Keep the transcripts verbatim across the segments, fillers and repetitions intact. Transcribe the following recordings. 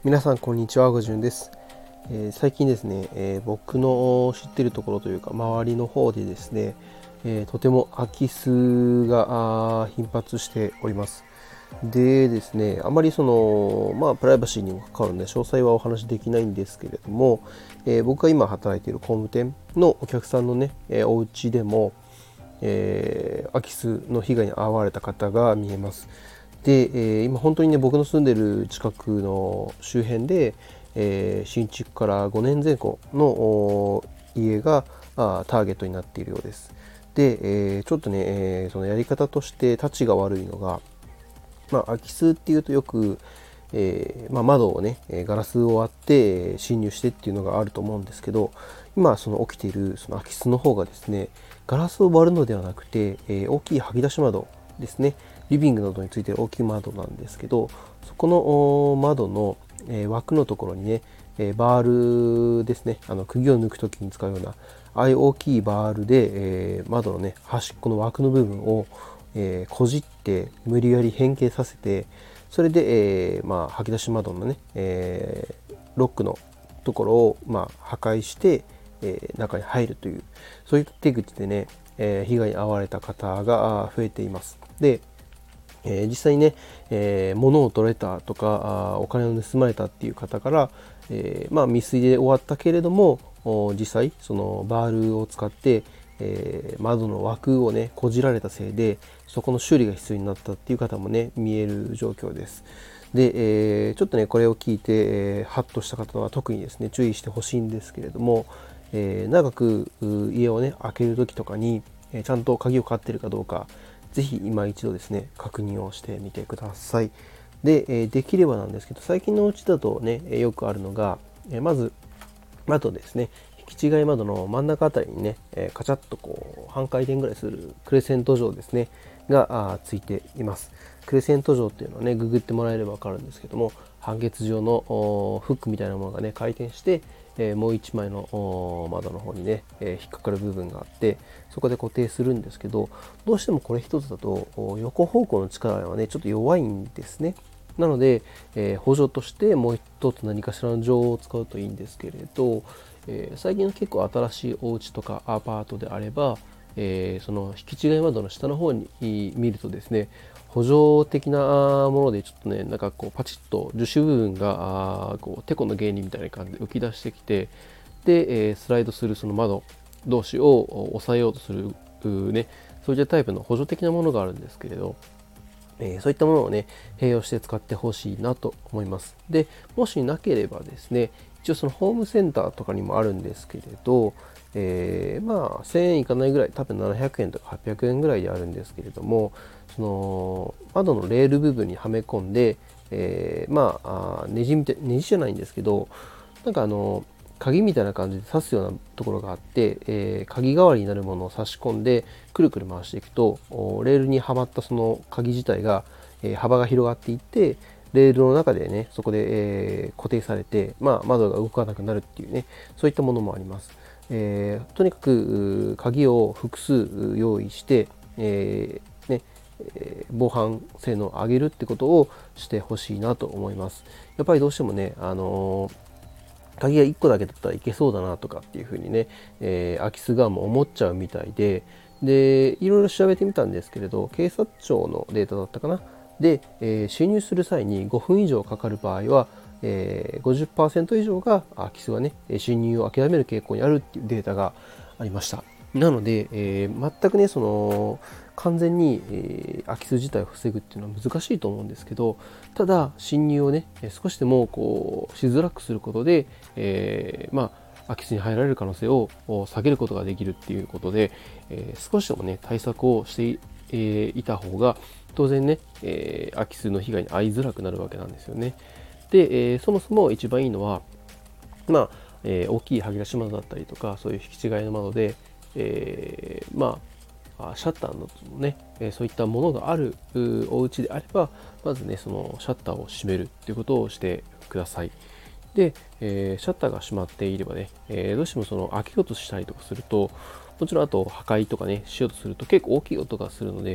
皆さんこんにちは、ぐじゅんです。えー最近ですね、えー僕の知っているところというか周りの方でですね、えーとても空き巣があー頻発しております。でですね、あまりそのまあプライバシーにも関わるので詳細はお話しできないんですけれども、えー僕が今働いている工務店のお客さんのね、えーお家でも、えー空き巣の被害に遭われた方が見えます。で、えー今本当にね、僕の住んでる近くの周辺で、えー新築からごねんぜん後のお家があーターゲットになっているようです。で、えーちょっとね、えーそのやり方としてたちが悪いのが、まあ、空き巣っていうとよく、えーまあ、窓をね、えーガラスを割ってえー侵入してっていうのがあると思うんですけど、今その起きているその空き巣の方がですね、ガラスを割るのではなくて、えー大きい吐き出し窓ですね、リビングなどについている大きい窓なんですけど、そこのお窓の、えー枠のところにね、えーバールですね、あの釘を抜くときに使うようなああいう大きいバールで、えー窓のね端っこの枠の部分を、えーこじって無理やり変形させて、それで、えーまあ、吐き出し窓のね、えーロックのところを、まあ、破壊して、えー中に入るという、そういった手口でね、えー被害に遭われた方があー増えています。で、えー実際にね、えー物を取れたとかあーお金を盗まれたっていう方から、えーまあ、未遂で終わったけれども、お実際そのバールを使って、えー窓の枠をねこじられたせいでそこの修理が必要になったっていう方もね見える状況です。で、えーちょっとねこれを聞いて、えーハッとした方は特にですね注意してほしいんですけれども、えー長くう家をね開ける時とかに、えーちゃんと鍵をかかっているかどうか、ぜひ今一度ですね確認をしてみてください。で、えーできればなんですけど、最近のうちだとねえーよくあるのが、えーまず窓ですね、引き違い窓の真ん中あたりにね、えーカチャッとこう半回転ぐらいするクレセント状ですねがあーついています。クレセント状っていうのはねググってもらえれば分かるんですけども、半月状のおフックみたいなものがね回転して、えーもう一枚のお窓の方にね、えー引っかかる部分があって、そこで固定するんですけど、どうしてもこれ一つだとお横方向の力はねちょっと弱いんですね。なので、えー補助としてもう一つ何かしらの情を使うといいんですけれど、えー最近の結構新しいお家とかアパートであれば、えーその引き違い窓の下の方に見るとですね、補助的なものでちょっとねなんかこうパチッと樹脂部分があーこうテコの原理みたいな感じで浮き出してきて、で、えースライドするその窓同士を押さえようとするね、そういったタイプの補助的なものがあるんですけれど、えーそういったものをね併用して使ってほしいなと思います。で、もしなければですね、一応そのホームセンターとかにもあるんですけれど、えーまあせんえんいかないぐらい、多分ななひゃくえんとかはっぴゃくえんぐらいであるんですけれども、その窓のレール部分にはめ込んで、えーまああネジみたいネジじゃないんですけど、なんかあの鍵みたいな感じで刺すようなところがあって、えー鍵代わりになるものを差し込んでくるくる回していくと、レールにはまったその鍵自体が、えー幅が広がっていって、レールの中でねそこで、えー固定されて、まあ、窓が動かなくなるっていうね、そういったものもあります。えーとにかく鍵を複数用意して、えーねえー防犯性能を上げるってことをしてほしいなと思います。やっぱりどうしてもね、あのー鍵がいっこだけだったらいけそうだなとかっていう風にね、えー空き巣側も思っちゃうみたいで、で、いろいろ調べてみたんですけれど、警察庁のデータだったかな。で、えー侵入する際にごふん以上かかる場合は、えーごじゅっパーセント以上が空き巣はね、侵入を諦める傾向にあるっていうデータがありました。なので、えー全くね、その、完全に、えー空き巣自体を防ぐっていうのは難しいと思うんですけど、ただ侵入をね少しでもこうしづらくすることで、えーまあ空き巣に入られる可能性を下げることができるっていうことで、えー少しでもね対策をしてい,、えーいた方が当然ね、えー空き巣の被害に遭いづらくなるわけなんですよね。で、えーそもそも一番いいのは、まあ、えー大きい剥ぎ出し窓だったりとか、そういう引き違いの窓で、えーまあ、シャッターのね、えそういったものがあるお家であれば、まずね、そのシャッターを閉めるっていうことをしてください。で、えーシャッターが閉まっていればね、えーどうしてもその開けようとしたりとかすると、もちろんあと破壊とかね、しようとすると結構大きい音がするので、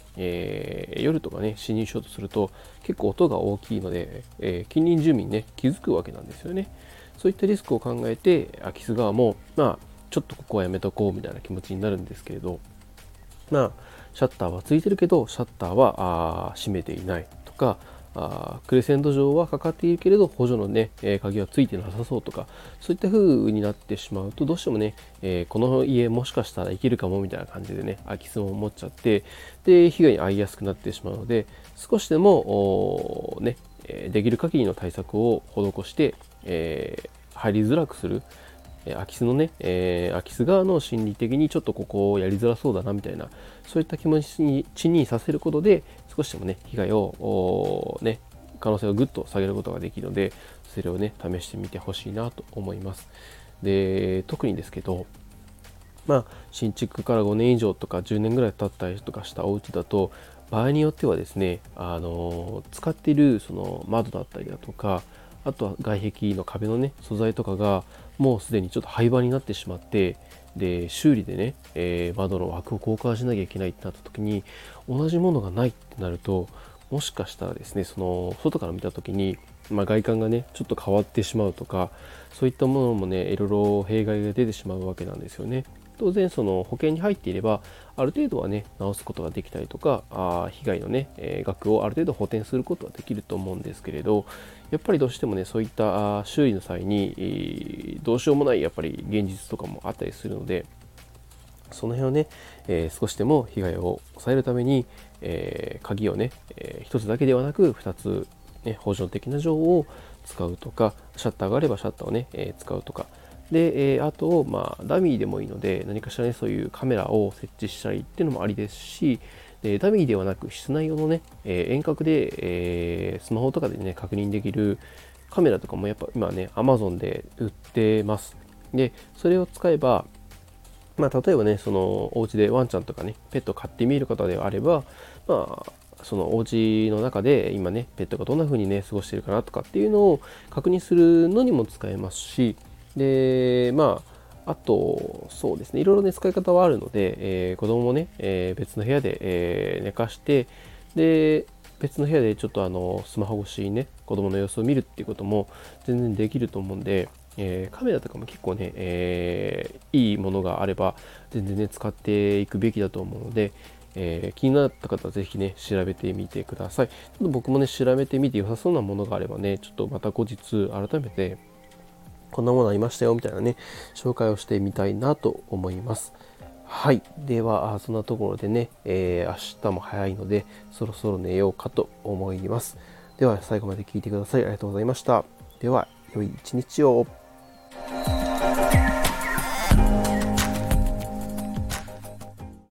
えー、夜とかね侵入しようとすると結構音が大きいので、えー、近隣住民ね気づくわけなんですよね。そういったリスクを考えて空き巣側もまあちょっとここはやめとこうみたいな気持ちになるんですけれど、まあシャッターはついてるけどシャッターはあー閉めていないとか、あクレセント上はかかっているけれど補助のね、えー、鍵はついてなさそうとか、そういった風になってしまうとどうしてもね、えー、この家もしかしたらいけるかもみたいな感じでね空き巣も思っちゃってで被害に遭いやすくなってしまうので、少しでもねできる限りの対策を施して、えー、入りづらくする。空き巣のね、えー、空き巣側の心理的にちょっとここをやりづらそうだなみたいな、そういった気持ちに地にさせることで少しでもね被害をね可能性をぐっと下げることができるので、それをね試してみてほしいなと思います。で特にですけど、まあ新築からごねん以上とかじゅうねんぐらい経ったりとかしたお家だと、場合によってはですね、あの使っているその窓だったりだとか、あとは外壁の壁のね素材とかがもうすでにちょっと廃盤になってしまって、で修理でね、えー、窓の枠を交換しなきゃいけないってなった時に同じものがないってなると、もしかしたらですねその外から見た時に、まあ、外観がねちょっと変わってしまうとか、そういったものもねいろいろ弊害が出てしまうわけなんですよね。当然その保険に入っていればある程度はね直すことができたりとか、あ被害のね、えー、額をある程度補填することはできると思うんですけれど、やっぱりどうしてもねそういった修理の際に、えー、どうしようもないやっぱり現実とかもあったりするので、その辺をね、えー、少しでも被害を抑えるために、えー、鍵をね、えー、ひとつだけではなくふたつ、ね、補助的な錠を使うとか、シャッターがあればシャッターをね、えー、使うとかで、えー、あと、まあ、ダミーでもいいので何かしらねそういうカメラを設置したりっていうのもありですし、でダミーではなく室内用のね、えー、遠隔で、えー、スマホとかでね確認できるカメラとかもやっぱ今ね Amazon で売ってます。でそれを使えば、まあ、例えばねそのお家でワンちゃんとかねペットを飼ってみる方であれば、まあそのお家の中で今ねペットがどんな風にね過ごしているかなとかっていうのを確認するのにも使えますし、でまああとそうですねいろいろね使い方はあるので、えー、子供もね、えー、別の部屋で、えー、寝かして、で別の部屋でちょっとあのスマホ越しにね子供の様子を見るっていうことも全然できると思うんで、えー、カメラとかも結構ね、えー、いいものがあれば全然ね使っていくべきだと思うので、えー、気になった方はぜひね調べてみてください。ちょっと僕もね調べてみて良さそうなものがあればねちょっとまた後日改めてこんなものありましたよみたいなね紹介をしてみたいなと思います。はい。では、そんなところでね、えー、明日も早いので、そろそろ寝ようかと思います。では、最後まで聞いてください。ありがとうございました。では、良い一日を。